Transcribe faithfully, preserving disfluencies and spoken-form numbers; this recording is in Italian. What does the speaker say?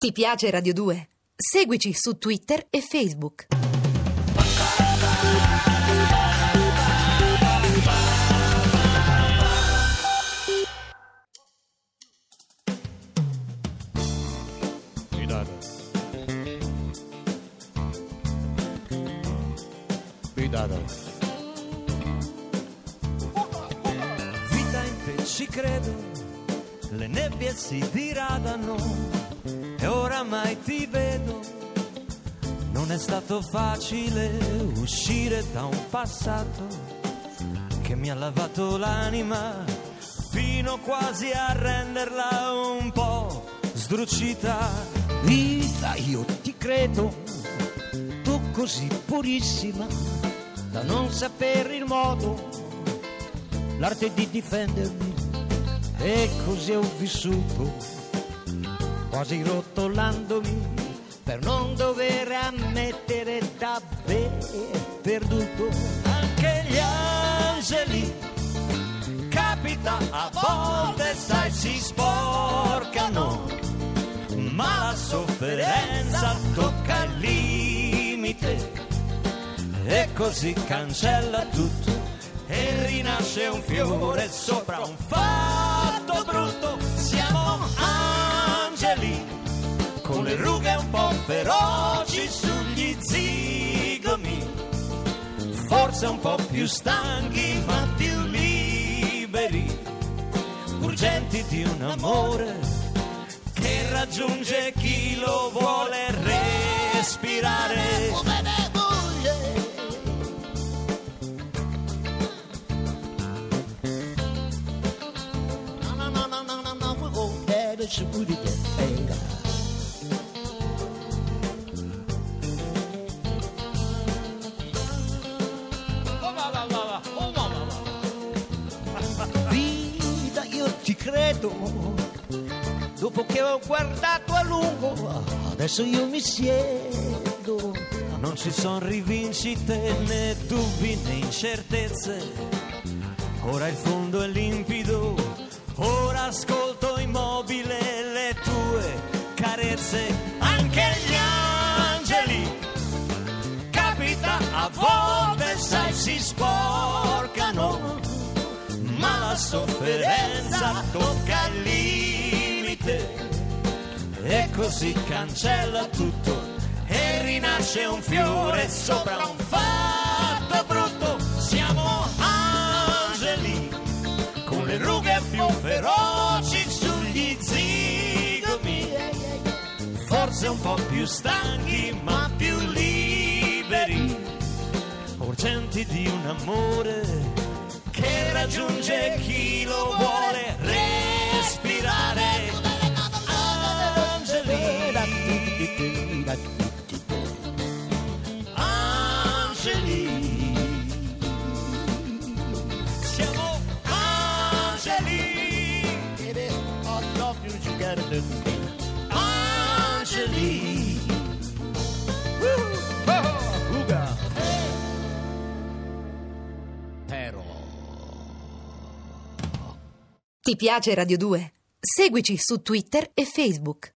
Ti piace Radio due? Seguici su Twitter e Facebook. Pidada. Pidada. Vita in te ci credo, le nebbie si diradano e oramai ti vedo. Non è stato facile uscire da un passato che mi ha lavato l'anima fino quasi a renderla un po' sdrucita. Vita, io ti credo, tu così purissima da non sapere il modo, l'arte di difendermi, e così ho vissuto, quasi rotolandomi per non dover ammettere d'aver perduto. Anche gli angeli, capita a volte, sai, si sporcano, ma la sofferenza tocca il limite e così cancella tutto e rinasce un fiore sopra un fatto brutto. Siamo angeli con le rughe un po' feroci sugli zigomi, forse un po' più stanchi ma più liberi, urgenti di un amore che raggiunge chi lo vuole respirare. It's a booty get bang. Vita, io ti credo, dopo che ho guardato a lungo, adesso io mi siedo. Non ci son rivincite né dubbi né incertezze, ora il fondo è limpido, ora ascolto immobile le tue carezze. Anche gli angeli, capita a volte, sai, si sporcano, ma la sofferenza tocca il limite e così cancella tutto e rinasce un fiore sopra un fatto brutto. Siamo angeli con le rughe più feroci sugli zigomi, forse un po' più stanchi ma più liberi, urgenti di un amore che raggiunge chi lo vuole respirare. Angeli, angeli, siamo angeli, Baby, I love you, you gotta do. angeli. Uga. Però Ti piace Radio due? Seguici su Twitter e Facebook.